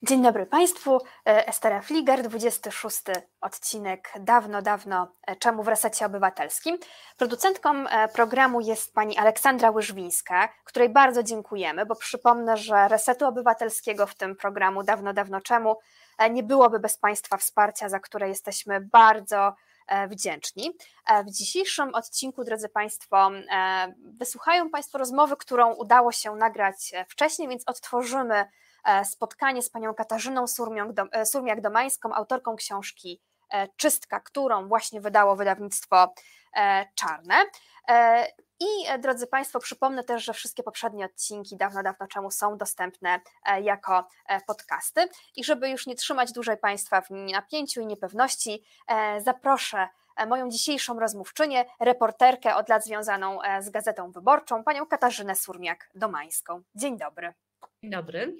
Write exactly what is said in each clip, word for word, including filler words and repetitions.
Dzień dobry Państwu, Estera Fliger, dwudziesty szósty odcinek Dawno, dawno czemu w Resecie Obywatelskim. Producentką programu jest pani Aleksandra Łyżwińska, której bardzo dziękujemy, bo przypomnę, że Resetu Obywatelskiego w tym programu Dawno, dawno czemu nie byłoby bez Państwa wsparcia, za które jesteśmy bardzo wdzięczni. W dzisiejszym odcinku, drodzy Państwo, wysłuchają Państwo rozmowy, którą udało się nagrać wcześniej, więc odtworzymy spotkanie z panią Katarzyną Surmiak-Domańską, autorką książki Czystka, którą właśnie wydało wydawnictwo Czarne. I drodzy Państwo, przypomnę też, że wszystkie poprzednie odcinki Dawno, dawno czemu są dostępne jako podcasty. I żeby już nie trzymać dłużej Państwa w napięciu i niepewności, zaproszę moją dzisiejszą rozmówczynię, reporterkę od lat związaną z Gazetą Wyborczą, panią Katarzynę Surmiak-Domańską. Dzień dobry. Dzień dobry.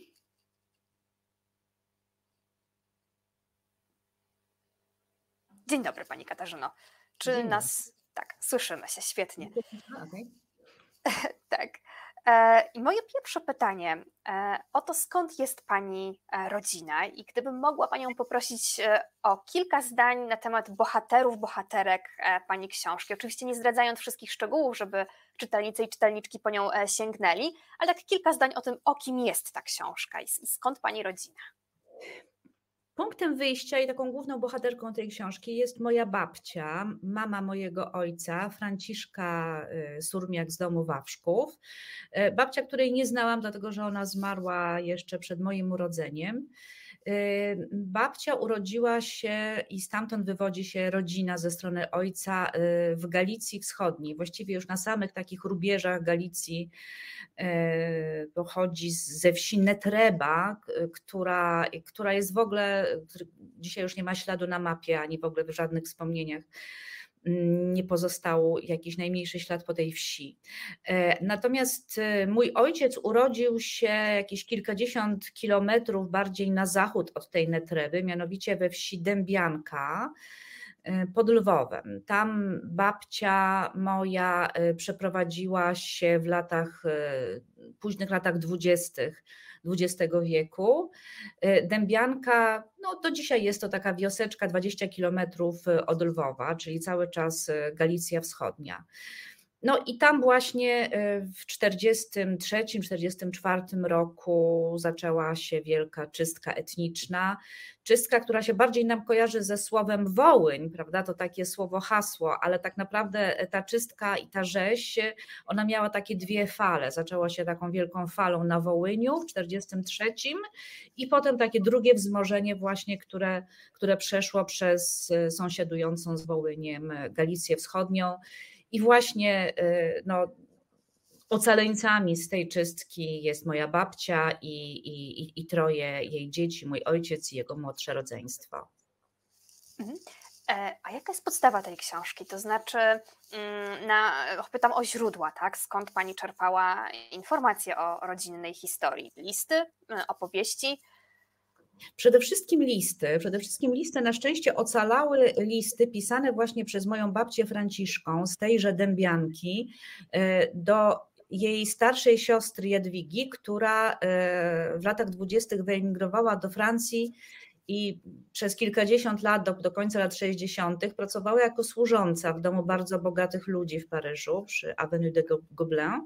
Dzień dobry Pani Katarzyno. Czy Dzień nas... Dobry. Tak, słyszymy się, świetnie. Okay. Tak. I moje pierwsze pytanie o to, skąd jest Pani rodzina i gdybym mogła Panią poprosić o kilka zdań na temat bohaterów, bohaterek Pani książki. Oczywiście nie zdradzając wszystkich szczegółów, żeby czytelnicy i czytelniczki po nią sięgnęli, ale tak kilka zdań o tym, o kim jest ta książka i skąd Pani rodzina. Punktem wyjścia i taką główną bohaterką tej książki jest moja babcia, mama mojego ojca, Franciszka Surmiak z domu Wawrzków. Babcia, której nie znałam, dlatego że ona zmarła jeszcze przed moim urodzeniem. Babcia urodziła się i stamtąd wywodzi się rodzina ze strony ojca w Galicji Wschodniej, właściwie już na samych takich rubieżach Galicji. Pochodzi ze wsi Netreba, która, która jest w ogóle, dzisiaj już nie ma śladu na mapie, ani w ogóle w żadnych wspomnieniach nie pozostał jakiś najmniejszy ślad po tej wsi. Natomiast mój ojciec urodził się jakieś kilkadziesiąt kilometrów bardziej na zachód od tej Netreby, mianowicie we wsi Dębianka pod Lwowem. Tam babcia moja przeprowadziła się w latach, późnych latach dwudziestych dwudziestego wieku. Dębianka, no do dzisiaj jest to taka wioseczka dwadzieścia kilometrów od Lwowa, czyli cały czas Galicja Wschodnia. No i tam właśnie w czterdziestym trzecim czterdziestym czwartym roku zaczęła się wielka czystka etniczna. Czystka, która się bardziej nam kojarzy ze słowem Wołyń, prawda? To takie słowo hasło, ale tak naprawdę ta czystka i ta rzeź, ona miała takie dwie fale. Zaczęła się taką wielką falą na Wołyniu w czterdziestym trzecim i potem takie drugie wzmożenie właśnie, które, które przeszło przez sąsiadującą z Wołyniem Galicję Wschodnią. I właśnie no, ocaleńcami z tej czystki jest moja babcia i, i, i troje jej dzieci, mój ojciec i jego młodsze rodzeństwo. Mhm. A jaka jest podstawa tej książki? To znaczy, na, pytam o źródła, tak? Skąd Pani czerpała informacje o rodzinnej historii? Listy, opowieści? Przede wszystkim listy, przede wszystkim listy, na szczęście ocalały listy pisane właśnie przez moją babcię Franciszką z tejże Dębianki do jej starszej siostry Jadwigi, która w latach dwudziestych wyemigrowała do Francji i przez kilkadziesiąt lat, do, do końca lat sześćdziesiątych pracowała jako służąca w domu bardzo bogatych ludzi w Paryżu przy Avenue de Gobelin.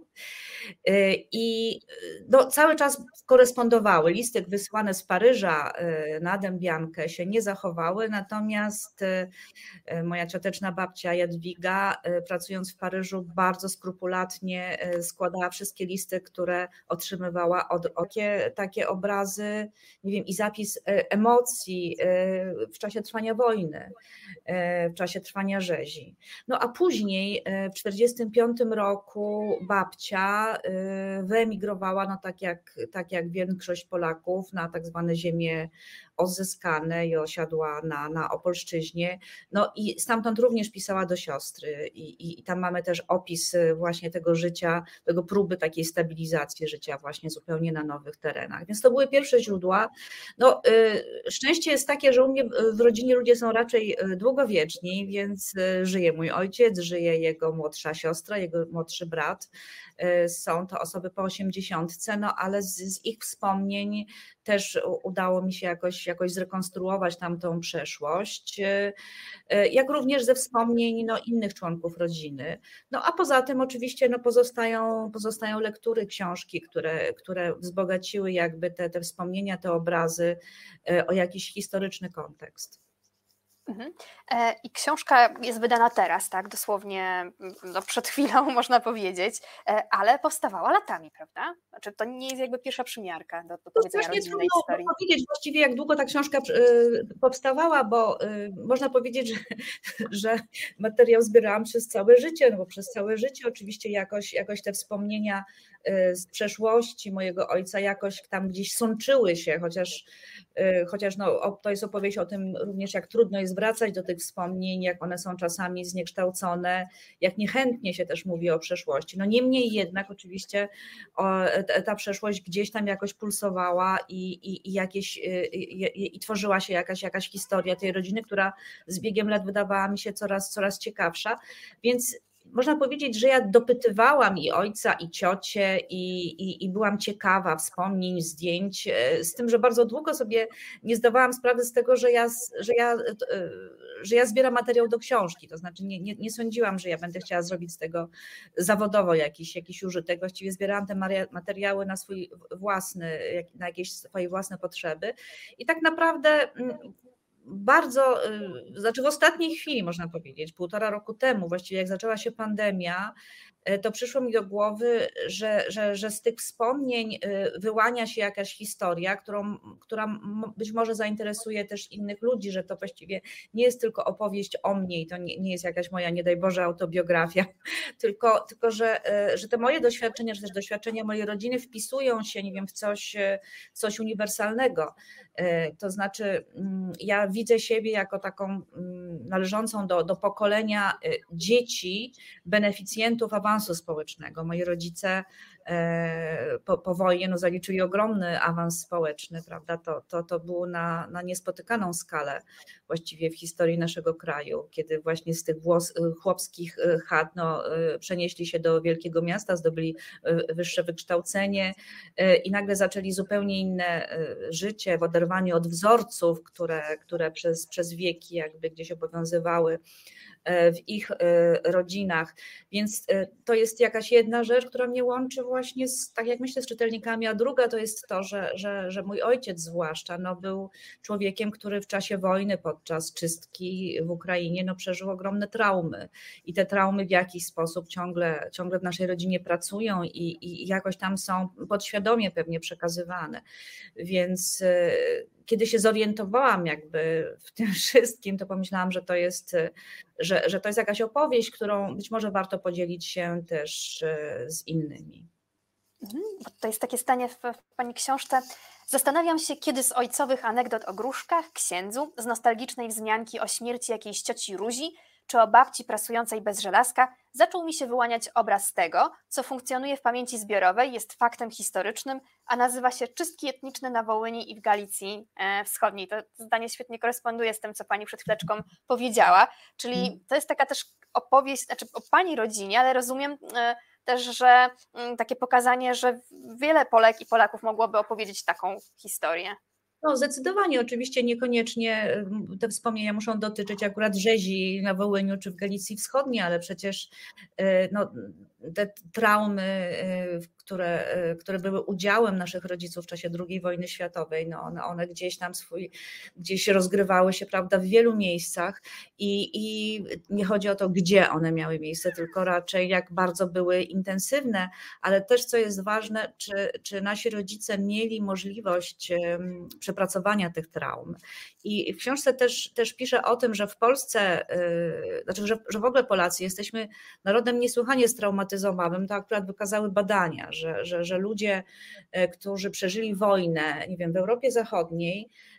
I no, cały czas korespondowały. Listy wysłane z Paryża na Dębiankę się nie zachowały, natomiast moja cioteczna babcia Jadwiga, pracując w Paryżu, bardzo skrupulatnie składała wszystkie listy, które otrzymywała od okie, takie obrazy, nie wiem, i zapis emocji w czasie trwania wojny, w czasie trwania rzezi. No a później w tysiąc dziewięćset czterdziestym piątym roku babcia wyemigrowała, no tak jak, tak jak większość Polaków, na tak zwane ziemie odzyskane i osiadła na, na Opolszczyźnie. No i stamtąd również pisała do siostry i, i, i tam mamy też opis właśnie tego życia, tego próby takiej stabilizacji życia właśnie zupełnie na nowych terenach. Więc to były pierwsze źródła. No, y, szczęście jest takie, że u mnie w rodzinie ludzie są raczej długowieczni, więc żyje mój ojciec, żyje jego młodsza siostra, jego młodszy brat. są to osoby po osiemdziesiątce, no ale z, z ich wspomnień też udało mi się jakoś, jakoś zrekonstruować tamtą przeszłość, jak również ze wspomnień no, innych członków rodziny. No a poza tym oczywiście no, pozostają, pozostają lektury, książki, które, które wzbogaciły jakby te, te wspomnienia, te obrazy o jakiś historyczny kontekst. Mhm. I książka jest wydana teraz, tak, dosłownie no, przed chwilą można powiedzieć, ale powstawała latami, prawda? Znaczy to nie jest jakby pierwsza przymiarka do, do powiedzenia rodzinnej historii. Można powiedzieć właściwie, jak długo ta książka powstawała, bo można powiedzieć, że, że materiał zbierałam przez całe życie, no bo przez całe życie oczywiście jakoś, jakoś te wspomnienia z przeszłości mojego ojca jakoś tam gdzieś sączyły się, chociaż, chociaż no, to jest opowieść o tym również, jak trudno jest wracać do tych wspomnień, jak one są czasami zniekształcone, jak niechętnie się też mówi o przeszłości. No niemniej jednak oczywiście o, ta przeszłość gdzieś tam jakoś pulsowała i, i, i, jakieś, i, i tworzyła się jakaś, jakaś historia tej rodziny, która z biegiem lat wydawała mi się coraz, coraz ciekawsza, więc można powiedzieć, że ja dopytywałam i ojca, i ciocię, i, i, i byłam ciekawa wspomnień, zdjęć, z tym, że bardzo długo sobie nie zdawałam sprawy z tego, że ja, że ja, że ja zbieram materiał do książki, to znaczy nie, nie, nie sądziłam, że ja będę chciała zrobić z tego zawodowo jakiś, jakiś użytek, właściwie zbierałam te materiały na swój własny, na jakieś swoje własne potrzeby i tak naprawdę bardzo, znaczy w ostatniej chwili można powiedzieć, półtora roku temu, właściwie jak zaczęła się pandemia, to przyszło mi do głowy, że, że, że z tych wspomnień wyłania się jakaś historia, którą, która być może zainteresuje też innych ludzi, że to właściwie nie jest tylko opowieść o mnie i to nie, nie jest jakaś moja, nie daj Boże, autobiografia, tylko, tylko że, że te moje doświadczenia, czy też doświadczenia mojej rodziny wpisują się, nie wiem, w coś, coś uniwersalnego. To znaczy ja widzę siebie jako taką należącą do, do pokolenia dzieci, beneficjentów awansu społecznego. Moi rodzice po, po wojnie no, zaliczyli ogromny awans społeczny, prawda? To, to, to było na, na niespotykaną skalę właściwie w historii naszego kraju, kiedy właśnie z tych włos, chłopskich chat no, przenieśli się do wielkiego miasta, zdobyli wyższe wykształcenie i nagle zaczęli zupełnie inne życie w oderwaniu od wzorców, które, które przez, przez wieki jakby gdzieś obowiązywały w ich rodzinach. Więc to jest jakaś jedna rzecz, która mnie łączy właśnie z, tak jak myślę, z czytelnikami, a druga to jest to, że, że, że mój ojciec zwłaszcza no, był człowiekiem, który w czasie wojny, podczas czystki w Ukrainie no, przeżył ogromne traumy i te traumy w jakiś sposób ciągle, ciągle w naszej rodzinie pracują i, i jakoś tam są podświadomie pewnie przekazywane. Więc kiedy się zorientowałam jakby w tym wszystkim, to pomyślałam, że to jest, że, że to jest jakaś opowieść, którą być może warto podzielić się też z innymi. Bo to jest takie zdanie w, w Pani książce. Zastanawiam się, kiedy z ojcowych anegdot o gruszkach, księdzu, z nostalgicznej wzmianki o śmierci jakiejś cioci Ruzi, czy o babci prasującej bez żelazka, zaczął mi się wyłaniać obraz tego, co funkcjonuje w pamięci zbiorowej, jest faktem historycznym, a nazywa się czystki etniczne na Wołyni i w Galicji Wschodniej. To zdanie świetnie koresponduje z tym, co Pani przed chwileczką powiedziała, czyli to jest taka też opowieść, znaczy o Pani rodzinie, ale rozumiem też, że takie pokazanie, że wiele Polek i Polaków mogłoby opowiedzieć taką historię. No zdecydowanie, oczywiście niekoniecznie te wspomnienia muszą dotyczyć akurat rzezi na Wołyniu czy w Galicji Wschodniej, ale przecież no, te traumy, które, które były udziałem naszych rodziców w czasie drugiej wojny światowej, no one, one gdzieś tam swój, gdzieś rozgrywały się, prawda, w wielu miejscach i, i nie chodzi o to, gdzie one miały miejsce, tylko raczej jak bardzo były intensywne, ale też co jest ważne, czy, czy nasi rodzice mieli możliwość przepracowania tych traum. I w książce też, też piszę o tym, że w Polsce, znaczy, że, że w ogóle Polacy jesteśmy narodem niesłychanie straumatyzowanym, to akurat wykazały badania, że, że, że ludzie, którzy przeżyli wojnę, nie wiem, w Europie Zachodniej,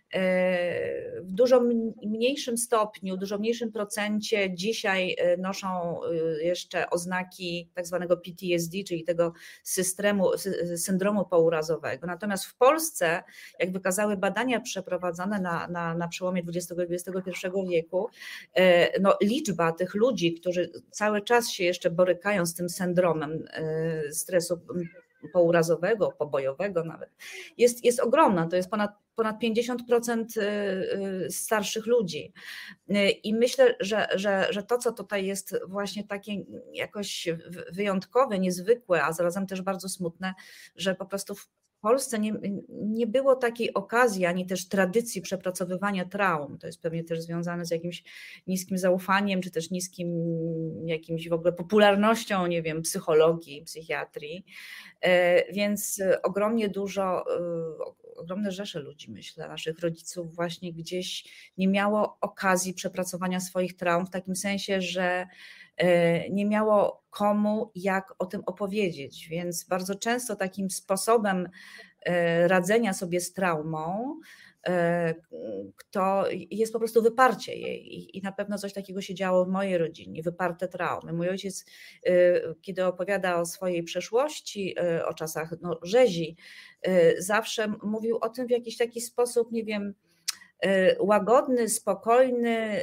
w dużo mniejszym stopniu, dużo mniejszym procencie dzisiaj noszą jeszcze oznaki tak zwanego P T S D, czyli tego systemu, syndromu pourazowego. Natomiast w Polsce, jak wykazały badania przeprowadzone na, na, na przełomie dwudziestego i dwudziestego pierwszego wieku, no, liczba tych ludzi, którzy cały czas się jeszcze borykają z tym syndromem stresu pourazowego, pobojowego nawet, jest, jest ogromna. To jest ponad, ponad pięćdziesiąt procent starszych ludzi. I myślę, że, że, że to, co tutaj jest właśnie takie jakoś wyjątkowe, niezwykłe, a zarazem też bardzo smutne, że po prostu w Polsce nie, nie było takiej okazji, ani też tradycji przepracowywania traum. To jest pewnie też związane z jakimś niskim zaufaniem, czy też niskim jakimś w ogóle popularnością, nie wiem, psychologii, psychiatrii. Więc ogromnie dużo, ogromne rzesze ludzi, myślę, naszych rodziców właśnie gdzieś nie miało okazji przepracowania swoich traum w takim sensie, że nie miało komu, jak o tym opowiedzieć, więc bardzo często takim sposobem radzenia sobie z traumą to jest po prostu wyparcie jej i na pewno coś takiego się działo w mojej rodzinie, wyparte traumy. Mój ojciec, kiedy opowiada o swojej przeszłości, o czasach no, rzezi, zawsze mówił o tym w jakiś taki sposób, nie wiem, łagodny, spokojny,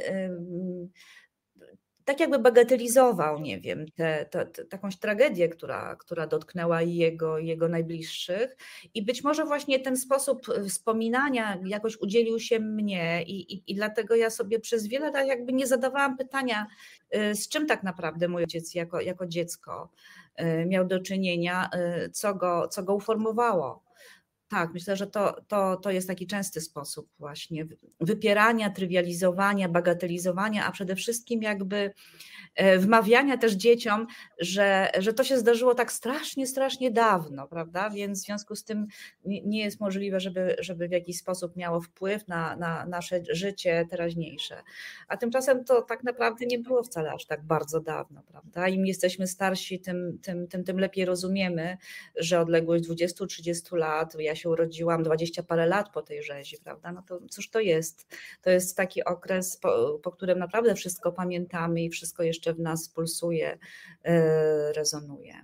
tak jakby bagatelizował, nie wiem, tę jakąś tragedię, która, która dotknęła jego, jego najbliższych i być może właśnie ten sposób wspominania jakoś udzielił się mnie i, i, i dlatego ja sobie przez wiele lat jakby nie zadawałam pytania, z czym tak naprawdę mój ojciec jako, jako dziecko miał do czynienia, co go, co go uformowało. Tak, myślę, że to, to, to jest taki częsty sposób właśnie wypierania, trywializowania, bagatelizowania, a przede wszystkim jakby wmawiania też dzieciom, że, że to się zdarzyło tak strasznie, strasznie dawno, prawda? Więc w związku z tym nie jest możliwe, żeby, żeby w jakiś sposób miało wpływ na, na nasze życie teraźniejsze. A tymczasem to tak naprawdę nie było wcale aż tak bardzo dawno, prawda? Im jesteśmy starsi, tym, tym, tym, tym lepiej rozumiemy, że odległość dwudziestu trzydziestu lat, ja się urodziłam dwadzieścia parę lat po tej rzezi, prawda? No to cóż to jest? To jest taki okres, po, po którym naprawdę wszystko pamiętamy i wszystko jeszcze w nas pulsuje, rezonuje.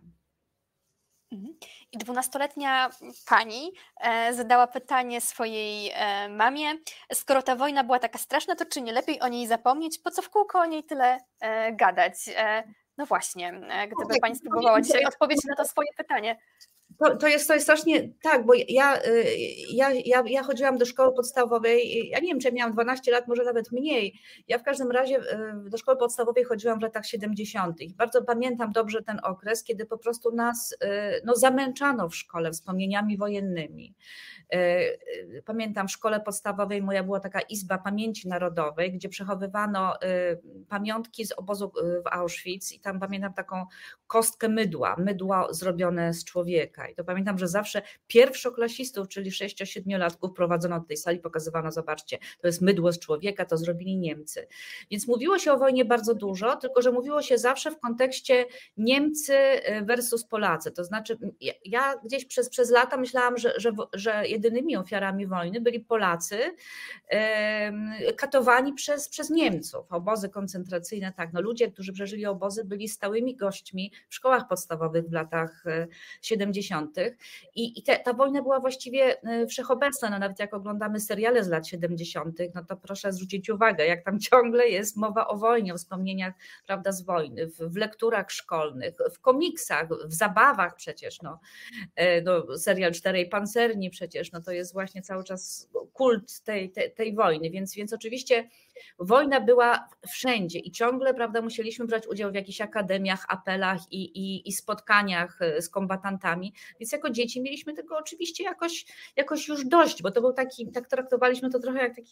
I dwunastoletnia pani zadała pytanie swojej mamie, skoro ta wojna była taka straszna, to czy nie lepiej o niej zapomnieć? Po co w kółko o niej tyle gadać? No właśnie, gdyby pani spróbowała dzisiaj odpowiedzieć na to swoje pytanie. To, to, jest, to jest strasznie, tak, bo ja, ja, ja, ja chodziłam do szkoły podstawowej, ja nie wiem, czy ja miałam dwanaście lat, może nawet mniej. Ja w każdym razie do szkoły podstawowej chodziłam w latach siedemdziesiątych. Bardzo pamiętam dobrze ten okres, kiedy po prostu nas no, zamęczano w szkole wspomnieniami wojennymi. Pamiętam, w szkole podstawowej moja była taka izba pamięci narodowej, gdzie przechowywano pamiątki z obozu w Auschwitz i tam pamiętam taką kostkę mydła, mydło zrobione z człowieka. I to pamiętam, że zawsze pierwszoklasistów, czyli sześcio-siedmiolatków prowadzono do tej sali, pokazywano, zobaczcie, to jest mydło z człowieka, to zrobili Niemcy. Więc mówiło się o wojnie bardzo dużo, tylko że mówiło się zawsze w kontekście Niemcy versus Polacy. To znaczy ja gdzieś przez, przez lata myślałam, że, że, że jedynymi ofiarami wojny byli Polacy katowani przez, przez Niemców. Obozy koncentracyjne, tak, no ludzie, którzy przeżyli obozy, byli stałymi gośćmi w szkołach podstawowych w latach siedemdziesiątych. I, i te, ta wojna była właściwie wszechobecna, no nawet jak oglądamy seriale z lat siedemdziesiątych, no to proszę zwrócić uwagę, jak tam ciągle jest mowa o wojnie, o wspomnieniach, prawda, z wojny, w, w lekturach szkolnych, w komiksach, w zabawach przecież, no, no serial Czterej Pancerni przecież, no to jest właśnie cały czas kult tej, tej, tej wojny, więc, więc oczywiście wojna była wszędzie i ciągle, prawda, musieliśmy brać udział w jakichś akademiach, apelach i, i, i spotkaniach z kombatantami, więc jako dzieci mieliśmy tego oczywiście jakoś, jakoś już dość, bo to był taki, tak traktowaliśmy to trochę jak taki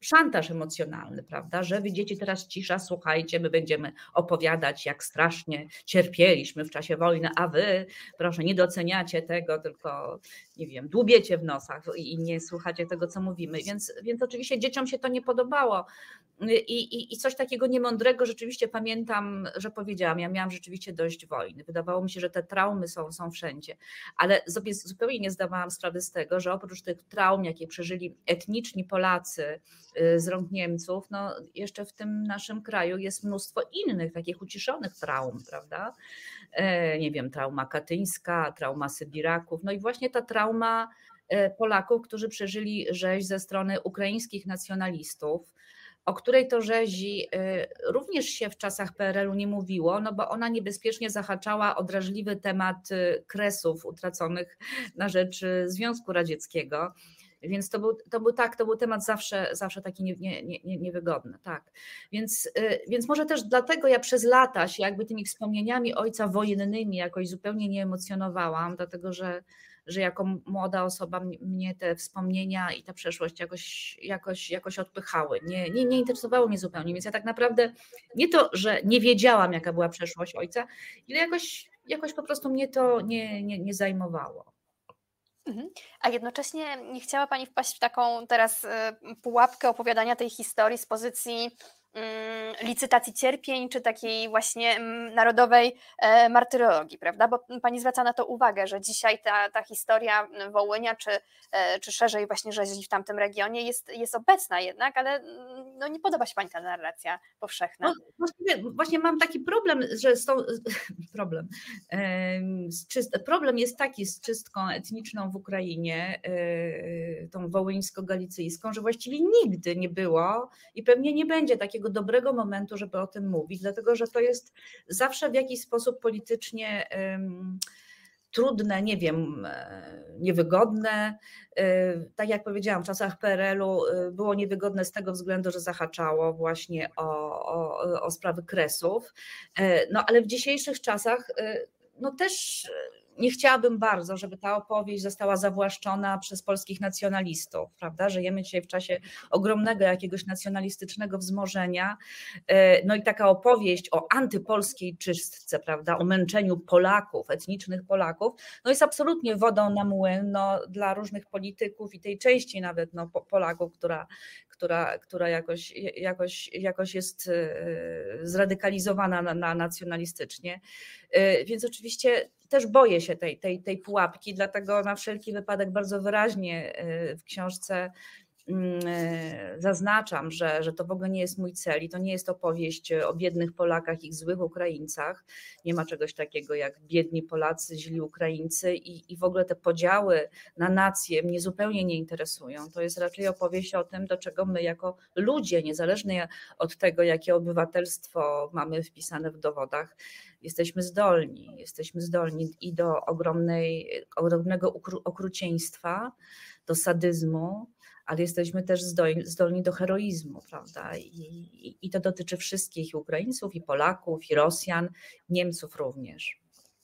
szantaż emocjonalny, prawda, że wy dzieci teraz cisza, słuchajcie, my będziemy opowiadać, jak strasznie cierpieliśmy w czasie wojny, a wy proszę nie doceniacie tego, tylko nie wiem, dłubiecie w nosach i nie słuchacie tego, co mówimy, więc, więc oczywiście dzieciom się to nie podobało. I, i, I coś takiego niemądrego rzeczywiście pamiętam, że powiedziałam, ja miałam rzeczywiście dość wojny. Wydawało mi się, że te traumy są, są wszędzie, ale sobie zupełnie nie zdawałam sprawy z tego, że oprócz tych traum, jakie przeżyli etniczni Polacy z rąk Niemców, no jeszcze w tym naszym kraju jest mnóstwo innych takich uciszonych traum, prawda? Nie wiem, trauma katyńska, trauma Sybiraków, no i właśnie ta trauma Polaków, którzy przeżyli rzeź ze strony ukraińskich nacjonalistów, o której to rzezi również się w czasach P R L-u nie mówiło, no bo ona niebezpiecznie zahaczała o drażliwy temat Kresów utraconych na rzecz Związku Radzieckiego. Więc to był, to był tak, to był temat zawsze, zawsze taki nie, nie, nie, niewygodny. Tak. Więc, więc może też dlatego ja przez lata się jakby tymi wspomnieniami ojca wojennymi jakoś zupełnie nie emocjonowałam, dlatego że że jako młoda osoba mnie te wspomnienia i ta przeszłość jakoś, jakoś, jakoś odpychały. Nie, nie, nie interesowało mnie zupełnie, więc ja tak naprawdę nie to, że nie wiedziałam, jaka była przeszłość ojca, ile jakoś, jakoś po prostu mnie to nie, nie, nie zajmowało. A jednocześnie nie chciała Pani wpaść w taką teraz pułapkę opowiadania tej historii z pozycji licytacji cierpień, czy takiej właśnie narodowej martyrologii, prawda? Bo Pani zwraca na to uwagę, że dzisiaj ta, ta historia Wołynia, czy, czy szerzej właśnie rzezi w tamtym regionie jest, jest obecna jednak, ale no nie podoba się Pani ta narracja powszechna. No, właściwie, właśnie mam taki problem, że z tą, problem, z czyst, problem jest taki z czystką etniczną w Ukrainie, tą wołyńsko-galicyjską, że właściwie nigdy nie było i pewnie nie będzie takiego dobrego momentu, żeby o tym mówić, dlatego że to jest zawsze w jakiś sposób politycznie um, trudne, nie wiem, niewygodne. Tak jak powiedziałam, w czasach P R L-u było niewygodne z tego względu, że zahaczało właśnie o, o, o sprawy Kresów, no ale w dzisiejszych czasach no też nie chciałabym bardzo, żeby ta opowieść została zawłaszczona przez polskich nacjonalistów, prawda? Żyjemy dzisiaj w czasie ogromnego jakiegoś nacjonalistycznego wzmożenia, no i taka opowieść o antypolskiej czystce, prawda? O męczeniu Polaków, etnicznych Polaków, no jest absolutnie wodą na młyn no, dla różnych polityków i tej części nawet no, Polaków, która, która, która jakoś, jakoś, jakoś jest zradykalizowana na, na nacjonalistycznie, więc oczywiście też boję się tej, tej, tej pułapki, dlatego na wszelki wypadek bardzo wyraźnie w książce zaznaczam, że, że to w ogóle nie jest mój cel i to nie jest opowieść o biednych Polakach i złych Ukraińcach. Nie ma czegoś takiego jak biedni Polacy, źli Ukraińcy i, i w ogóle te podziały na nacje mnie zupełnie nie interesują. To jest raczej opowieść o tym, do czego my jako ludzie, niezależnie od tego, jakie obywatelstwo mamy wpisane w dowodach, jesteśmy zdolni. Jesteśmy zdolni i do ogromnej, ogromnego okrucieństwa, do sadyzmu, ale jesteśmy też zdolni do heroizmu, prawda? I, i, i to dotyczy wszystkich, i Ukraińców, i Polaków, i Rosjan, Niemców również.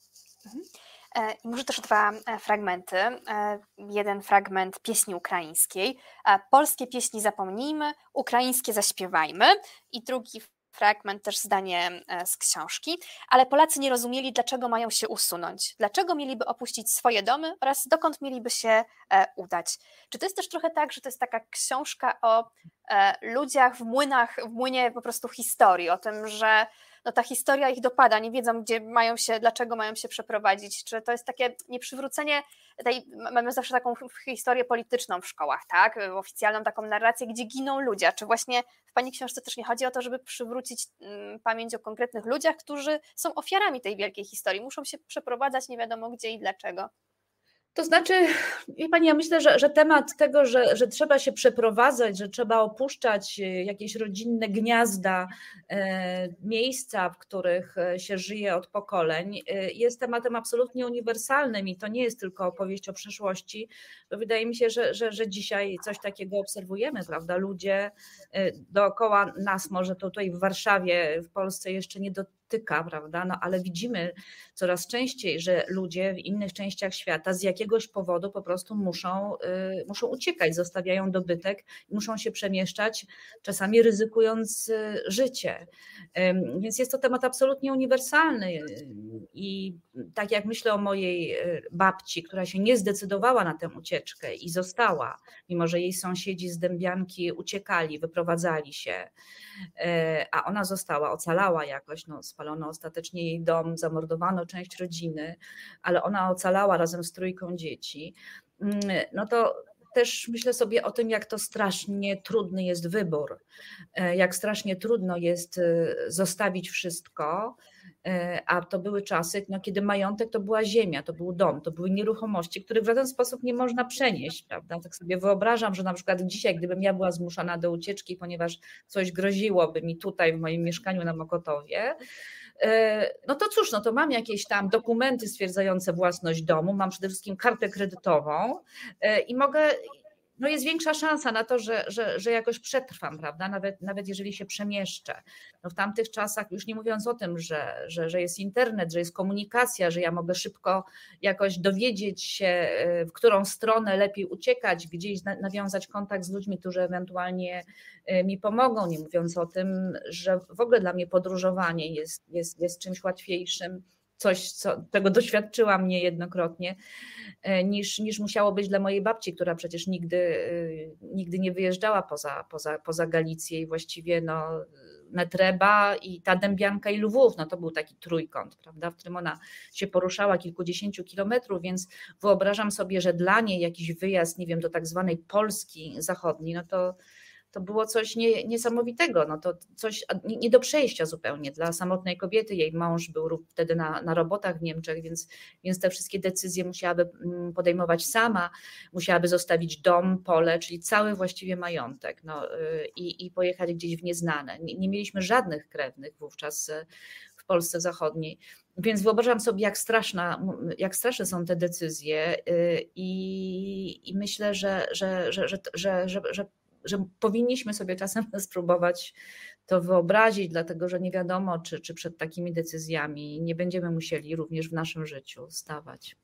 I może też dwa fragmenty. Jeden fragment pieśni ukraińskiej. Polskie pieśni zapomnijmy, ukraińskie zaśpiewajmy. I drugi fragment, też zdanie z książki, ale Polacy nie rozumieli, dlaczego mają się usunąć, dlaczego mieliby opuścić swoje domy oraz dokąd mieliby się udać. Czy to jest też trochę tak, że to jest taka książka o ludziach w młynach, w młynie po prostu historii, o tym, że no ta historia ich dopada, nie wiedzą, gdzie mają się, dlaczego mają się przeprowadzić, czy to jest takie nieprzywrócenie tej, mamy zawsze taką historię polityczną w szkołach, tak, oficjalną taką narrację, gdzie giną ludzie, czy właśnie w Pani książce też nie chodzi o to, żeby przywrócić pamięć o konkretnych ludziach, którzy są ofiarami tej wielkiej historii, muszą się przeprowadzać nie wiadomo gdzie i dlaczego. To znaczy, wie Pani, ja myślę, że, że temat tego, że, że trzeba się przeprowadzać, że trzeba opuszczać jakieś rodzinne gniazda, e, miejsca, w których się żyje od pokoleń, e, jest tematem absolutnie uniwersalnym i to nie jest tylko opowieść o przeszłości, bo wydaje mi się, że, że, że dzisiaj coś takiego obserwujemy, prawda? Ludzie e, dookoła nas, może tutaj w Warszawie, w Polsce jeszcze nie do praktyka, prawda? No ale widzimy coraz częściej, że ludzie w innych częściach świata z jakiegoś powodu po prostu muszą, y, muszą uciekać, zostawiają dobytek, muszą się przemieszczać, czasami ryzykując y, życie. Ym, Więc jest to temat absolutnie uniwersalny i tak jak myślę o mojej y, babci, która się nie zdecydowała na tę ucieczkę i została, mimo że jej sąsiedzi z Dębianki uciekali, wyprowadzali się, a ona została, ocalała jakoś, no, spalono ostatecznie jej dom, zamordowano część rodziny, ale ona ocalała razem z trójką dzieci, no to też myślę sobie o tym, jak to strasznie trudny jest wybór, jak strasznie trudno jest zostawić wszystko, a to były czasy, no, kiedy majątek to była ziemia, to był dom, to były nieruchomości, których w żaden sposób nie można przenieść, prawda? Tak sobie wyobrażam, że na przykład dzisiaj, gdybym ja była zmuszona do ucieczki, ponieważ coś groziłoby mi tutaj w moim mieszkaniu na Mokotowie, no to cóż, no to mam jakieś tam dokumenty stwierdzające własność domu, mam przede wszystkim kartę kredytową i mogę, no jest większa szansa na to, że, że, że jakoś przetrwam, prawda? Nawet, nawet jeżeli się przemieszczę. No w tamtych czasach, już nie mówiąc o tym, że, że, że jest internet, że jest komunikacja, że ja mogę szybko jakoś dowiedzieć się, w którą stronę lepiej uciekać, gdzieś nawiązać kontakt z ludźmi, którzy ewentualnie mi pomogą, nie mówiąc o tym, że w ogóle dla mnie podróżowanie jest, jest, jest czymś łatwiejszym, coś, co, czego doświadczyłam niejednokrotnie, niż, niż musiało być dla mojej babci, która przecież nigdy, nigdy nie wyjeżdżała poza, poza, poza Galicję i właściwie no, Netreba i ta Dębianka i Lwów, no to był taki trójkąt, prawda, w którym ona się poruszała kilkudziesięciu kilometrów, więc wyobrażam sobie, że dla niej jakiś wyjazd, nie wiem, do tak zwanej Polski zachodniej, no to to było coś nie, niesamowitego, no to coś nie do przejścia zupełnie dla samotnej kobiety. Jej mąż był wtedy na, na robotach w Niemczech, więc, więc te wszystkie decyzje musiałaby podejmować sama, musiałaby zostawić dom, pole, czyli cały właściwie majątek, no, i, i pojechać gdzieś w nieznane. Nie, nie mieliśmy żadnych krewnych wówczas w Polsce Zachodniej. Więc wyobrażam sobie, jak, straszna, jak straszne są te decyzje i, i myślę, że, że, że, że, że, że, że że powinniśmy sobie czasem spróbować to wyobrazić, dlatego że nie wiadomo, czy, czy przed takimi decyzjami nie będziemy musieli również w naszym życiu stawać.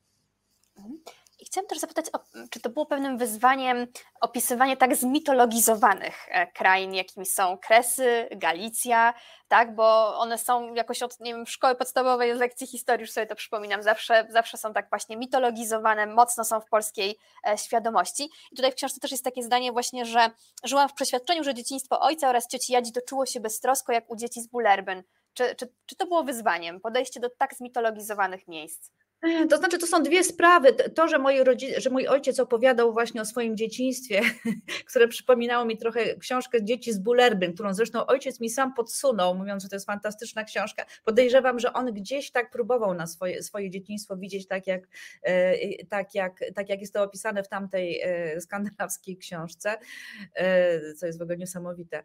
I chciałam też zapytać, czy to było pewnym wyzwaniem opisywanie tak zmitologizowanych krain, jakimi są Kresy, Galicja, tak, bo one są jakoś od, nie wiem, szkoły podstawowej, z lekcji historii, już sobie to przypominam, zawsze, zawsze są tak właśnie mitologizowane, mocno są w polskiej świadomości. I tutaj w książce też jest takie zdanie właśnie, że żyłam w przeświadczeniu, że dzieciństwo ojca oraz cioci Jadzi toczyło się beztrosko jak u dzieci z Bullerbyn. Czy, czy, czy to było wyzwaniem, podejście do tak zmitologizowanych miejsc? To znaczy, to są dwie sprawy. To, że, moi rodzi- że mój ojciec opowiadał właśnie o swoim dzieciństwie, które przypominało mi trochę książkę Dzieci z Bullerbyn, którą zresztą ojciec mi sam podsunął, mówiąc, że to jest fantastyczna książka. Podejrzewam, że on gdzieś tak próbował na swoje, swoje dzieciństwo widzieć tak jak, tak, jak, tak jak jest to opisane w tamtej skandynawskiej książce, co jest w ogóle niesamowite.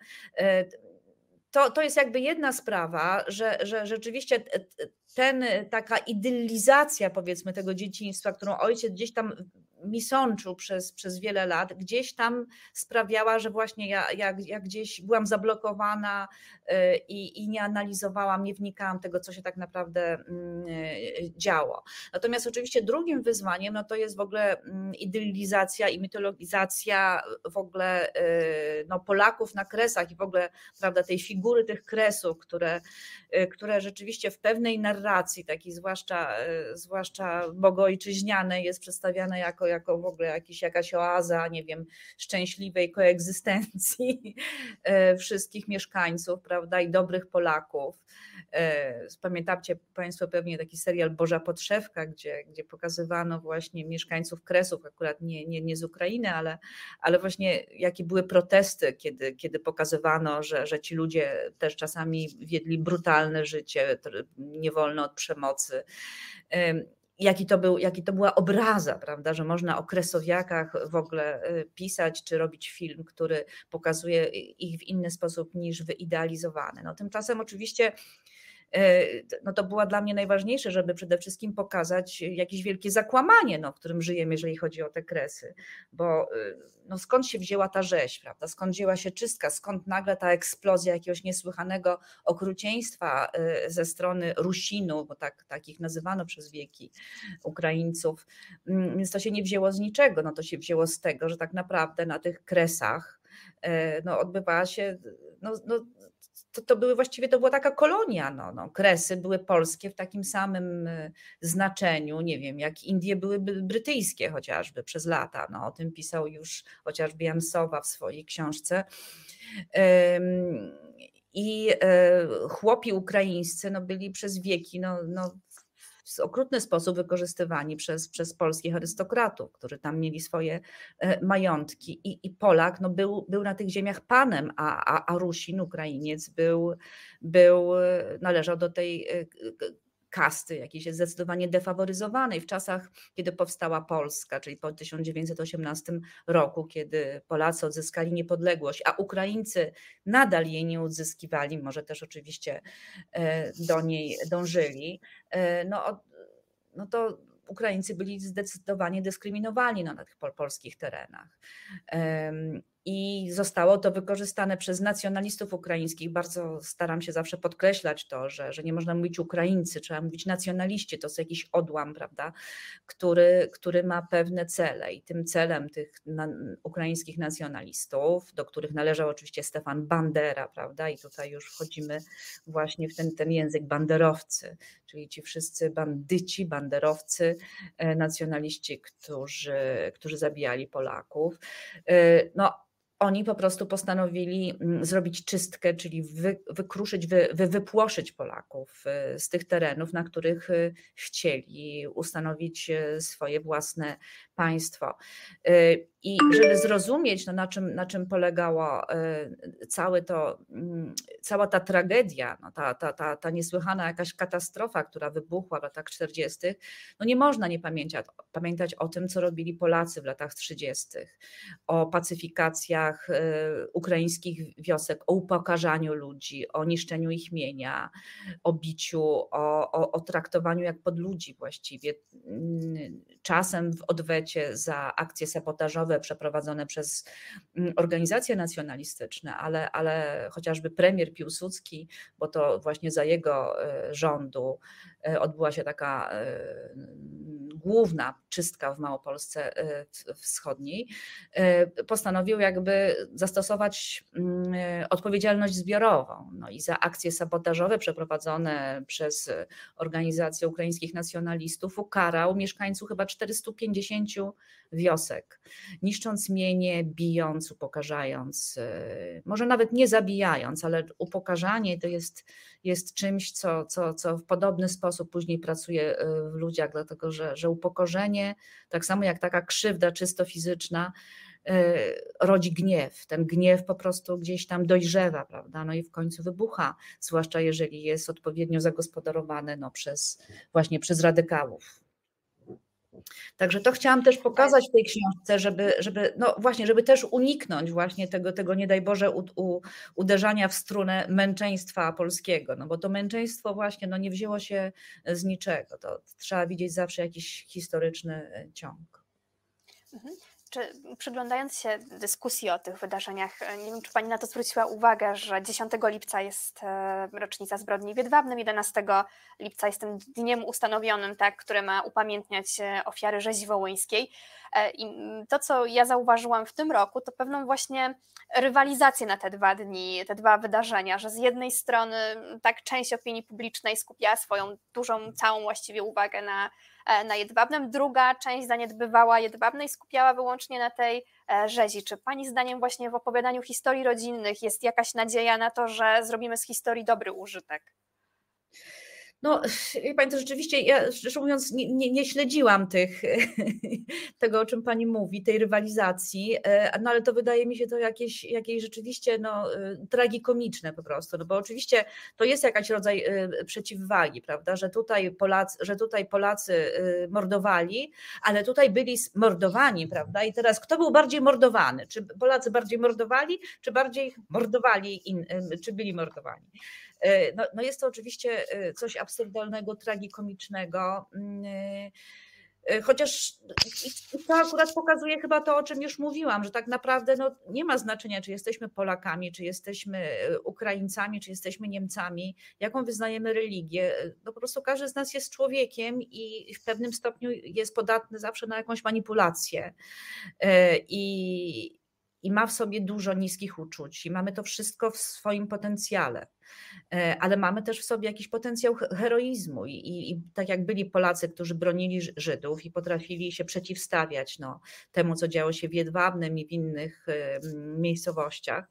To, to jest jakby jedna sprawa, że, że rzeczywiście ten, taka idyllizacja, powiedzmy, tego dzieciństwa, którą ojciec gdzieś tam mi sączył przez, przez wiele lat, gdzieś tam sprawiała, że właśnie ja, ja, ja gdzieś byłam zablokowana i, i nie analizowałam, nie wnikałam tego, co się tak naprawdę działo. Natomiast oczywiście drugim wyzwaniem, no to jest w ogóle idyllizacja i mitologizacja w ogóle no, Polaków na Kresach i w ogóle, prawda, tej figury tych Kresów, które, które rzeczywiście w pewnej narracji, takiej zwłaszcza, zwłaszcza bogojczyźnianej, jest przedstawiane jako, jako w ogóle jakiś, jakaś oaza, nie wiem, szczęśliwej koegzystencji wszystkich mieszkańców, prawda, i dobrych Polaków. Pamiętacie Państwo pewnie taki serial Boża Podszewka, gdzie, gdzie pokazywano właśnie mieszkańców Kresów, akurat nie, nie, nie z Ukrainy, ale, ale właśnie jakie były protesty, kiedy, kiedy pokazywano, że, że ci ludzie też czasami wiedli brutalne życie, nie wolno od przemocy. Jaki to, był, jaki to była obraza, prawda, że można o Kresowiakach w ogóle pisać, czy robić film, który pokazuje ich w inny sposób niż wyidealizowany. No, tymczasem oczywiście no to była dla mnie najważniejsze, żeby przede wszystkim pokazać jakieś wielkie zakłamanie, no, w którym żyjemy, jeżeli chodzi o te Kresy, bo no, skąd się wzięła ta rzeź, prawda? Skąd wzięła się czystka, skąd nagle ta eksplozja jakiegoś niesłychanego okrucieństwa ze strony Rusinów, bo tak, tak ich nazywano przez wieki, Ukraińców, więc to się nie wzięło z niczego, no to się wzięło z tego, że tak naprawdę na tych Kresach no, odbywała się, no, no, to, to były właściwie, to była taka kolonia, no, no, Kresy były polskie w takim samym znaczeniu, nie wiem, jak Indie były brytyjskie chociażby przez lata, no, o tym pisał już chociażby Jan Sowa w swojej książce. I chłopi ukraińscy no, byli przez wieki no, no, w okrutny sposób wykorzystywani przez, przez polskich arystokratów, którzy tam mieli swoje majątki. I, i Polak no, był, był na tych ziemiach panem, a, a, a Rusin, Ukrainiec, był, był, należał do tej kasty jakiejś zdecydowanie defaworyzowanej w czasach, kiedy powstała Polska, czyli po tysiąc dziewięćset osiemnastym roku, kiedy Polacy odzyskali niepodległość, a Ukraińcy nadal jej nie odzyskiwali, może też oczywiście do niej dążyli, no, no to Ukraińcy byli zdecydowanie dyskryminowani no, na tych polskich terenach. I zostało to wykorzystane przez nacjonalistów ukraińskich. Bardzo staram się zawsze podkreślać to, że, że nie można mówić Ukraińcy, trzeba mówić nacjonaliści. To jest jakiś odłam, prawda, który, który ma pewne cele. I tym celem tych na, ukraińskich nacjonalistów, do których należał oczywiście Stefan Bandera, prawda, i tutaj już wchodzimy właśnie w ten, ten język banderowcy, czyli ci wszyscy bandyci, banderowcy, nacjonaliści, którzy, którzy zabijali Polaków. No, oni po prostu postanowili zrobić czystkę, czyli wy, wykruszyć, wy, wy, wypłoszyć Polaków z tych terenów, na których chcieli ustanowić swoje własne państwo. I żeby zrozumieć, no, na czym, na czym polegało całe to, cała ta tragedia, no, ta, ta, ta, ta niesłychana jakaś katastrofa, która wybuchła w latach czterdziestych, no nie można nie pamiętać, pamiętać o tym, co robili Polacy w latach trzydziestych, o pacyfikacjach ukraińskich wiosek, o upokarzaniu ludzi, o niszczeniu ich mienia, o biciu, o, o, o traktowaniu jak podludzi właściwie. Czasem w odwecie za akcje sabotażowe przeprowadzone przez organizacje nacjonalistyczne, ale, ale chociażby premier Piłsudski, bo to właśnie za jego rządu odbyła się taka główna czystka w Małopolsce Wschodniej, postanowił jakby zastosować odpowiedzialność zbiorową. No i za akcje sabotażowe przeprowadzone przez organizacje ukraińskich nacjonalistów ukarał mieszkańców chyba czterystu pięćdziesięciu wiosek, niszcząc mienie, bijąc, upokarzając, może nawet nie zabijając, ale upokarzanie to jest, jest czymś, co, co, co w podobny sposób później pracuje w ludziach, dlatego że, że upokorzenie, tak samo jak taka krzywda czysto fizyczna, rodzi gniew. Ten gniew po prostu gdzieś tam dojrzewa, prawda? No i w końcu wybucha, zwłaszcza jeżeli jest odpowiednio zagospodarowany no, przez, właśnie przez radykałów. Także to chciałam też pokazać w tej książce, żeby, żeby no właśnie, żeby też uniknąć właśnie tego, tego nie daj Boże u, u, uderzania w strunę męczeństwa polskiego, no bo to męczeństwo właśnie no nie wzięło się z niczego, to trzeba widzieć zawsze jakiś historyczny ciąg. Mhm. Czy przyglądając się dyskusji o tych wydarzeniach, nie wiem, czy Pani na to zwróciła uwagę, że dziesiątego lipca jest rocznica zbrodni w Jedwabnem, jedenastego lipca jest tym dniem ustanowionym, tak, który ma upamiętniać ofiary rzezi wołyńskiej. I to, co ja zauważyłam w tym roku, to pewną właśnie rywalizację na te dwa dni, te dwa wydarzenia, że z jednej strony tak część opinii publicznej skupiała swoją dużą, całą właściwie uwagę na na Jedwabnem, druga część zaniedbywała Jedwabne i skupiała wyłącznie na tej rzezi. Czy Pani zdaniem właśnie w opowiadaniu historii rodzinnych jest jakaś nadzieja na to, że zrobimy z historii dobry użytek? No, Pani, to rzeczywiście, ja szczerze mówiąc nie, nie, nie śledziłam tych, tego, o czym Pani mówi, tej rywalizacji, no ale to wydaje mi się to jakieś, jakieś rzeczywiście no, tragikomiczne po prostu, no bo oczywiście to jest jakaś rodzaj przeciwwagi, prawda, że tutaj Polacy, że tutaj Polacy mordowali, ale tutaj byli mordowani, prawda, i teraz kto był bardziej mordowany? Czy Polacy bardziej mordowali, czy bardziej mordowali, in, czy byli mordowani? No, no jest to oczywiście coś absurdalnego, tragikomicznego. Chociaż i to akurat pokazuje chyba to, o czym już mówiłam, że tak naprawdę no, nie ma znaczenia, czy jesteśmy Polakami, czy jesteśmy Ukraińcami, czy jesteśmy Niemcami, jaką wyznajemy religię. No, po prostu każdy z nas jest człowiekiem i w pewnym stopniu jest podatny zawsze na jakąś manipulację. I, i ma w sobie dużo niskich uczuć i mamy to wszystko w swoim potencjale. Ale mamy też w sobie jakiś potencjał heroizmu i, i, i tak jak byli Polacy, którzy bronili Żydów i potrafili się przeciwstawiać no, temu, co działo się w Jedwabnem i w innych miejscowościach,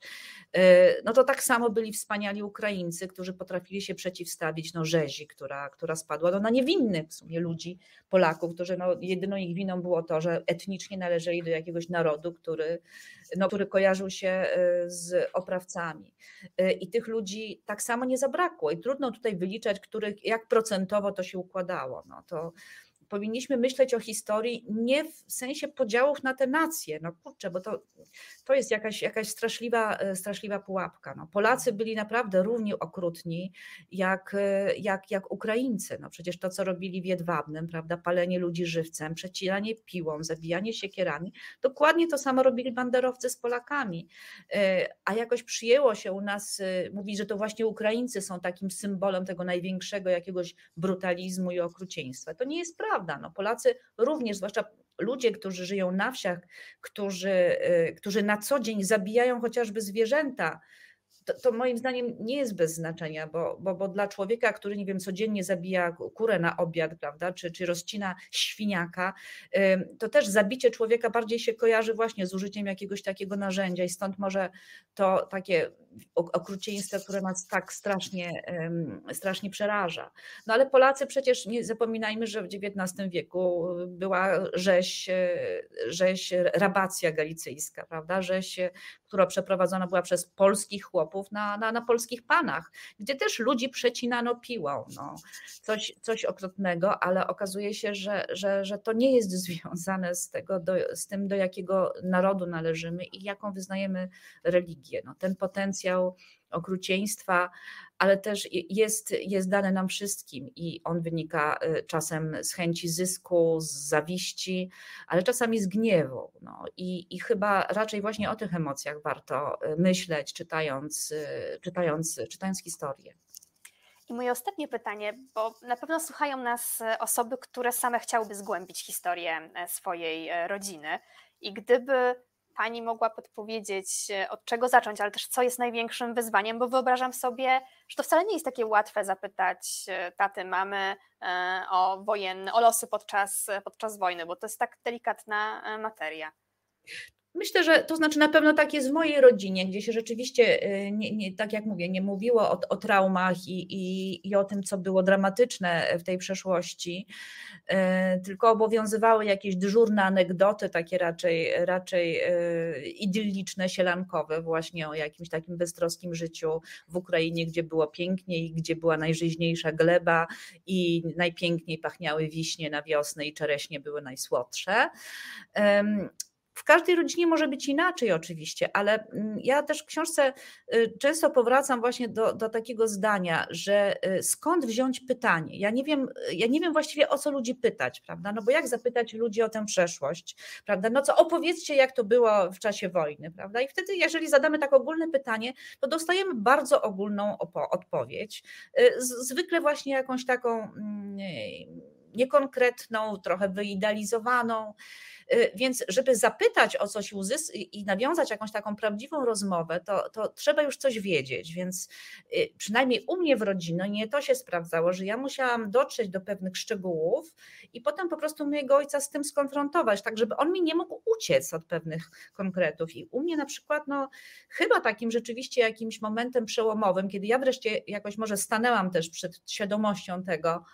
no to tak samo byli wspaniali Ukraińcy, którzy potrafili się przeciwstawić no, rzezi, która, która spadła no, na niewinnych w sumie ludzi, Polaków, którzy no, jedyną ich winą było to, że etnicznie należeli do jakiegoś narodu, który, no, który kojarzył się z oprawcami. I tych ludzi tak samo nie zabrakło i trudno tutaj wyliczać, których, jak procentowo to się układało. No to powinniśmy myśleć o historii nie w sensie podziałów na te nacje, no kurczę, bo to, to jest jakaś, jakaś straszliwa, straszliwa pułapka. No, Polacy byli naprawdę równie okrutni jak, jak, jak Ukraińcy. No, przecież to, co robili w Jedwabnem, prawda, palenie ludzi żywcem, przecinanie piłą, zabijanie siekierami, dokładnie to samo robili banderowcy z Polakami. A jakoś przyjęło się u nas mówić, że to właśnie Ukraińcy są takim symbolem tego największego jakiegoś brutalizmu i okrucieństwa. To nie jest prawda. No, Polacy również, zwłaszcza ludzie, którzy żyją na wsiach, którzy, którzy na co dzień zabijają chociażby zwierzęta, to, to moim zdaniem nie jest bez znaczenia, bo, bo, bo dla człowieka, który nie wiem, codziennie zabija kurę na obiad, prawda, czy, czy rozcina świniaka, to też zabicie człowieka bardziej się kojarzy właśnie z użyciem jakiegoś takiego narzędzia i stąd może to takie okrucieństwo, które nas tak strasznie, strasznie przeraża. No ale Polacy przecież nie zapominajmy, że w dziewiętnastym wieku była rzeź, rzeź rabacja galicyjska, prawda, rzeź, która przeprowadzona była przez polskich chłopów na, na, na polskich panach, gdzie też ludzi przecinano piłą. No, coś, coś okropnego, ale okazuje się, że, że, że to nie jest związane z, tego, do, z tym, do jakiego narodu należymy i jaką wyznajemy religię. No, ten potencjał okrucieństwa, ale też jest, jest dany nam wszystkim i on wynika czasem z chęci zysku, z zawiści, ale czasami z gniewu. No i, i chyba raczej właśnie o tych emocjach warto myśleć, czytając, czytając, czytając historię. I moje ostatnie pytanie, bo na pewno słuchają nas osoby, które same chciałyby zgłębić historię swojej rodziny i gdyby Pani mogła podpowiedzieć, od czego zacząć, ale też co jest największym wyzwaniem, bo wyobrażam sobie, że to wcale nie jest takie łatwe zapytać taty, mamy o wojenny, o losy podczas, podczas wojny, bo to jest tak delikatna materia. Myślę, że to znaczy na pewno tak jest w mojej rodzinie, gdzie się rzeczywiście, nie, nie, tak jak mówię, nie mówiło o, o traumach i, i, i o tym, co było dramatyczne w tej przeszłości, tylko obowiązywały jakieś dyżurne anegdoty, takie raczej, raczej idylliczne, sielankowe, właśnie o jakimś takim beztroskim życiu w Ukrainie, gdzie było piękniej, gdzie była najżyźniejsza gleba i najpiękniej pachniały wiśnie na wiosnę i czereśnie były najsłodsze. W każdej rodzinie może być inaczej oczywiście, ale ja też w książce często powracam właśnie do, do takiego zdania, że skąd wziąć pytanie? Ja nie wiem, ja nie wiem właściwie o co ludzi pytać, prawda? No bo jak zapytać ludzi o tę przeszłość, prawda? No co opowiedzcie, jak to było w czasie wojny, prawda? I wtedy jeżeli zadamy tak ogólne pytanie, to dostajemy bardzo ogólną odpowiedź. Zwykle właśnie jakąś taką niekonkretną, trochę wyidealizowaną. Więc żeby zapytać o coś i nawiązać jakąś taką prawdziwą rozmowę, to, to trzeba już coś wiedzieć, więc przynajmniej u mnie w rodzinie to się sprawdzało, że ja musiałam dotrzeć do pewnych szczegółów i potem po prostu mojego ojca z tym skonfrontować, tak żeby on mi nie mógł uciec od pewnych konkretów. I u mnie na przykład no, chyba takim rzeczywiście jakimś momentem przełomowym, kiedy ja wreszcie jakoś może stanęłam też przed świadomością tego,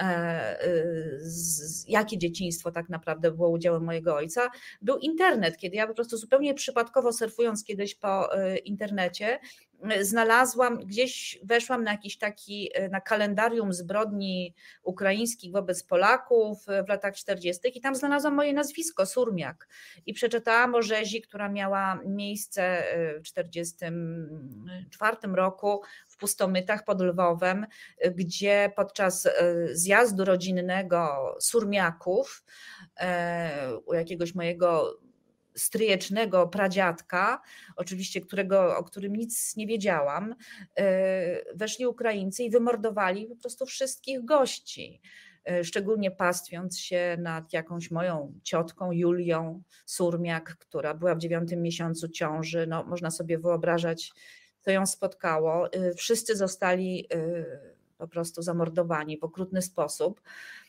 jakie dzieciństwo tak naprawdę było udziałem mojego ojca, był internet, kiedy ja po prostu zupełnie przypadkowo surfując kiedyś po internecie znalazłam, gdzieś weszłam na jakiś taki, na kalendarium zbrodni ukraińskich wobec Polaków w latach czterdziestych i tam znalazłam moje nazwisko, Surmiak. I przeczytałam o rzezi, która miała miejsce w tysiąc dziewięćset czterdziestym czwartym roku w Pustomytach pod Lwowem, gdzie podczas zjazdu rodzinnego Surmiaków u jakiegoś mojego stryjecznego pradziadka, oczywiście którego, o którym nic nie wiedziałam, weszli Ukraińcy i wymordowali po prostu wszystkich gości, szczególnie pastwiąc się nad jakąś moją ciotką Julią Surmiak, która była w dziewiątym miesiącu ciąży. No, można sobie wyobrażać, co ją spotkało. Wszyscy zostali po prostu zamordowani w okrutny sposób.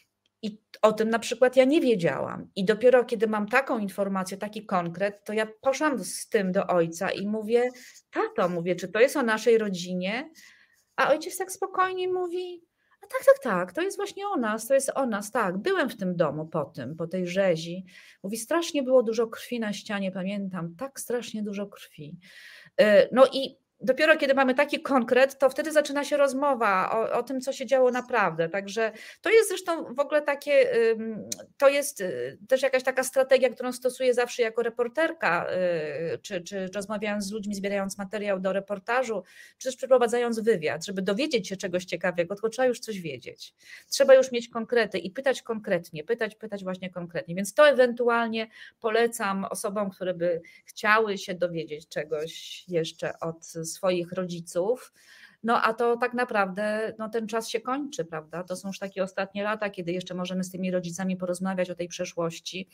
I o tym na przykład ja nie wiedziałam. I dopiero kiedy mam taką informację, taki konkret, to ja poszłam z tym do ojca i mówię, tato, mówię, czy to jest o naszej rodzinie? A ojciec tak spokojnie mówi, a tak, tak, tak, to jest właśnie o nas, to jest o nas, tak, byłem w tym domu po tym, po tej rzezi. Mówi, strasznie było dużo krwi na ścianie, pamiętam, tak strasznie dużo krwi. No i dopiero kiedy mamy taki konkret, to wtedy zaczyna się rozmowa o, o tym, co się działo naprawdę. Także to jest zresztą w ogóle takie, to jest też jakaś taka strategia, którą stosuję zawsze jako reporterka, czy, czy rozmawiając z ludźmi, zbierając materiał do reportażu, czy też przeprowadzając wywiad, żeby dowiedzieć się czegoś ciekawego, tylko trzeba już coś wiedzieć. Trzeba już mieć konkrety i pytać konkretnie, pytać, pytać właśnie konkretnie. Więc to ewentualnie polecam osobom, które by chciały się dowiedzieć czegoś jeszcze od swoich rodziców, no a to tak naprawdę no, ten czas się kończy, prawda? To są już takie ostatnie lata, kiedy jeszcze możemy z tymi rodzicami porozmawiać o tej przeszłości,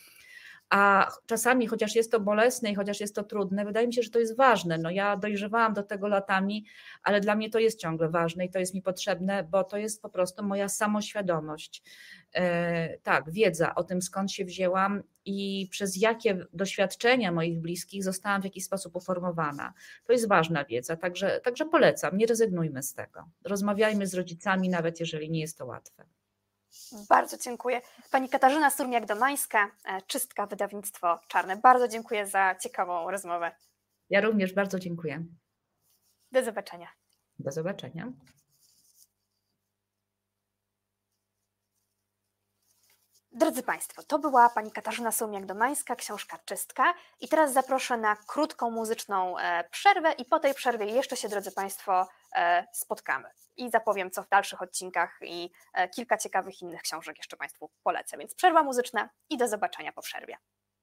a czasami, chociaż jest to bolesne i chociaż jest to trudne, wydaje mi się, że to jest ważne. No ja dojrzewałam do tego latami, ale dla mnie to jest ciągle ważne i to jest mi potrzebne, bo to jest po prostu moja samoświadomość. E, tak, wiedza o tym, skąd się wzięłam i przez jakie doświadczenia moich bliskich zostałam w jakiś sposób uformowana. To jest ważna wiedza, także, także polecam, nie rezygnujmy z tego. Rozmawiajmy z rodzicami, nawet jeżeli nie jest to łatwe. Bardzo dziękuję. Pani Katarzyna Surmiak-Domańska, Czystka, wydawnictwo Czarne. Bardzo dziękuję za ciekawą rozmowę. Ja również bardzo dziękuję. Do zobaczenia. Do zobaczenia. Drodzy Państwo, to była pani Katarzyna Surmiak-Domańska, książka Czystka i teraz zaproszę na krótką muzyczną przerwę i po tej przerwie jeszcze się, drodzy Państwo, spotkamy i zapowiem, co w dalszych odcinkach i kilka ciekawych innych książek jeszcze Państwu polecę, więc przerwa muzyczna i do zobaczenia po przerwie.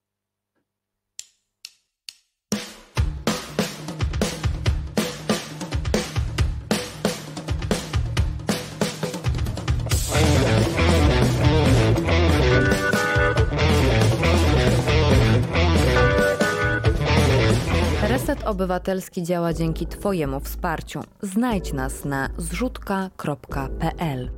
Reset Obywatelski działa dzięki Twojemu wsparciu. Znajdź nas na zrzutka kropka pe el.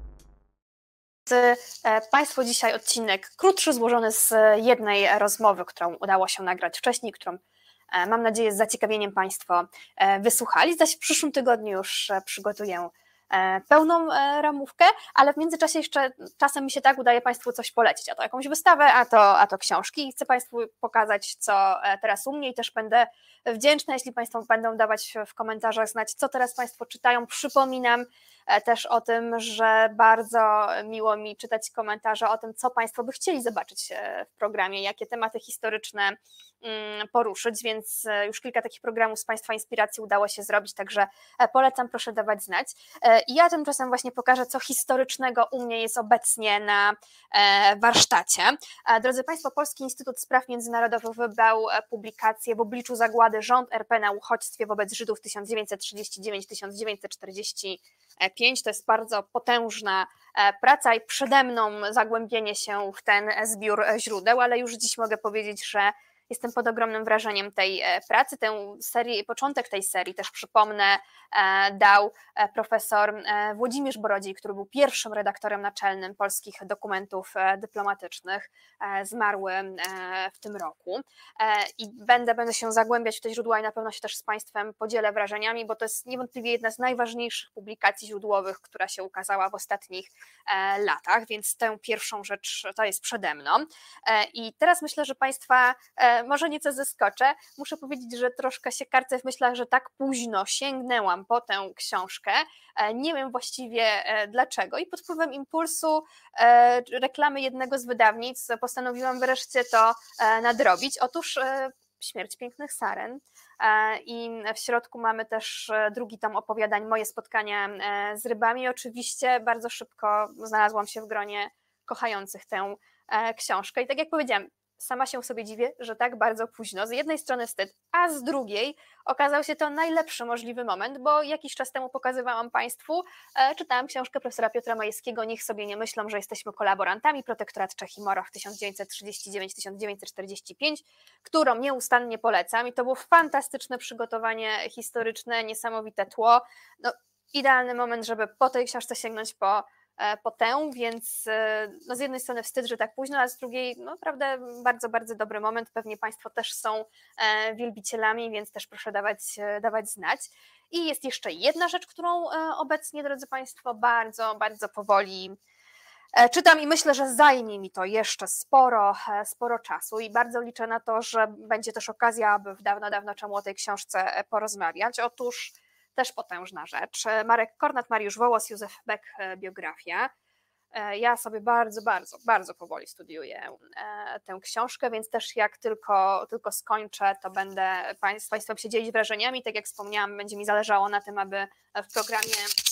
Państwo dzisiaj odcinek krótszy, złożony z jednej rozmowy, którą udało się nagrać wcześniej, którą mam nadzieję z zaciekawieniem Państwo wysłuchali. Zaś w przyszłym tygodniu już przygotuję pełną ramówkę, ale w międzyczasie jeszcze czasem mi się tak udaje Państwu coś polecić, a to jakąś wystawę, a to, a to książki i chcę Państwu pokazać, co teraz u mnie i też będę wdzięczna, jeśli Państwo będą dawać w komentarzach znać, co teraz Państwo czytają. Przypominam też o tym, że bardzo miło mi czytać komentarze o tym, co Państwo by chcieli zobaczyć w programie, jakie tematy historyczne poruszyć, więc już kilka takich programów z Państwa inspiracji udało się zrobić, także polecam, proszę dawać znać. I ja tymczasem właśnie pokażę, co historycznego u mnie jest obecnie na warsztacie. Drodzy Państwo, Polski Instytut Spraw Międzynarodowych wybrał publikację W obliczu zagłady rząd er pe na uchodźstwie wobec Żydów tysiąc dziewięćset trzydzieści dziewięć do tysiąc dziewięćset czterdzieści pięć. To jest bardzo potężna praca i przede mną zagłębienie się w ten zbiór źródeł, ale już dziś mogę powiedzieć, że jestem pod ogromnym wrażeniem tej pracy. Tę serię, początek tej serii, też przypomnę, dał profesor Włodzimierz Borodzi, który był pierwszym redaktorem naczelnym polskich dokumentów dyplomatycznych, zmarły w tym roku. I będę, będę się zagłębiać w te źródła i na pewno się też z Państwem podzielę wrażeniami, bo to jest niewątpliwie jedna z najważniejszych publikacji źródłowych, która się ukazała w ostatnich latach, więc tę pierwszą rzecz to jest przede mną. I teraz myślę, że Państwa może nieco zaskoczę. Muszę powiedzieć, że troszkę się karcę w myślach, że tak późno sięgnęłam po tę książkę. Nie wiem właściwie dlaczego i pod wpływem impulsu reklamy jednego z wydawnictw postanowiłam wreszcie to nadrobić. Otóż Śmierć pięknych saren i w środku mamy też drugi tom opowiadań, moje spotkania z rybami. Oczywiście bardzo szybko znalazłam się w gronie kochających tę książkę i tak jak powiedziałam, sama się sobie dziwię, że tak bardzo późno. Z jednej strony wstyd, a z drugiej okazał się to najlepszy możliwy moment, bo jakiś czas temu pokazywałam Państwu, e, czytałam książkę profesora Piotra Majewskiego, Niech sobie nie myślą, że jesteśmy kolaborantami, Protektorat Czech i Morów tysiąc dziewięćset trzydzieści dziewięć do tysiąc dziewięćset czterdzieści pięć, którą nieustannie polecam i to było fantastyczne przygotowanie historyczne, niesamowite tło. No, idealny moment, żeby po tej książce sięgnąć po po tę, więc no z jednej strony wstyd, że tak późno, a z drugiej no naprawdę bardzo, bardzo dobry moment, pewnie Państwo też są wielbicielami, więc też proszę dawać, dawać znać. I jest jeszcze jedna rzecz, którą obecnie, drodzy Państwo, bardzo, bardzo powoli czytam i myślę, że zajmie mi to jeszcze sporo, sporo czasu i bardzo liczę na to, że będzie też okazja, aby w dawno, dawno czemu o tej książce porozmawiać. Otóż też potężna rzecz. Marek Kornat, Mariusz Wołos, Józef Beck, biografia. Ja sobie bardzo, bardzo, bardzo powoli studiuję tę książkę, więc też jak tylko, tylko skończę, to będę z Państwem się dzielić wrażeniami. Tak jak wspomniałam, będzie mi zależało na tym, aby w programie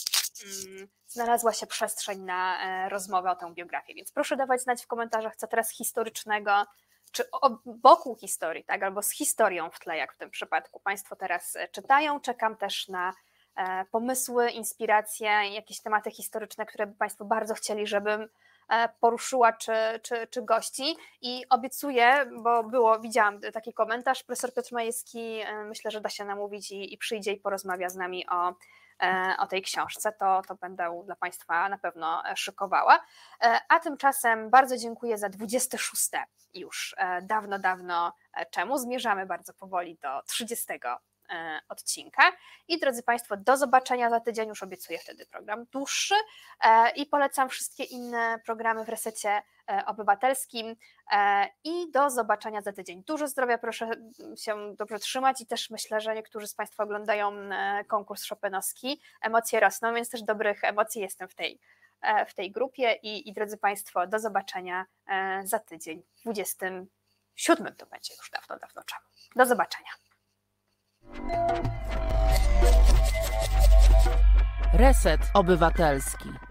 znalazła się przestrzeń na rozmowę o tę biografię. Więc proszę dawać znać w komentarzach, co teraz historycznego, czy wokół historii, tak, albo z historią w tle, jak w tym przypadku Państwo teraz czytają. Czekam też na pomysły, inspiracje, jakieś tematy historyczne, które by Państwo bardzo chcieli, żebym poruszyła, czy, czy, czy gości. I obiecuję, bo było, widziałam taki komentarz, profesor Piotr Majewski, myślę, że da się namówić i, i przyjdzie i porozmawia z nami o o tej książce, to, to będę dla Państwa na pewno szykowała. A tymczasem bardzo dziękuję za dwudzieste szóste już dawno, dawno czemu. Zmierzamy bardzo powoli do trzydziestego odcinka i drodzy Państwo, do zobaczenia za tydzień, już obiecuję wtedy program dłuższy i polecam wszystkie inne programy w Resecie Obywatelskim i do zobaczenia za tydzień. Dużo zdrowia, proszę się dobrze trzymać i też myślę, że niektórzy z Państwa oglądają konkurs chopinowski, emocje rosną, więc też dobrych emocji jestem w tej, w tej grupie i, i drodzy Państwo, do zobaczenia za tydzień, dwudziestym siódmym to będzie już dawno, dawno czemu. Do zobaczenia. Reset Obywatelski.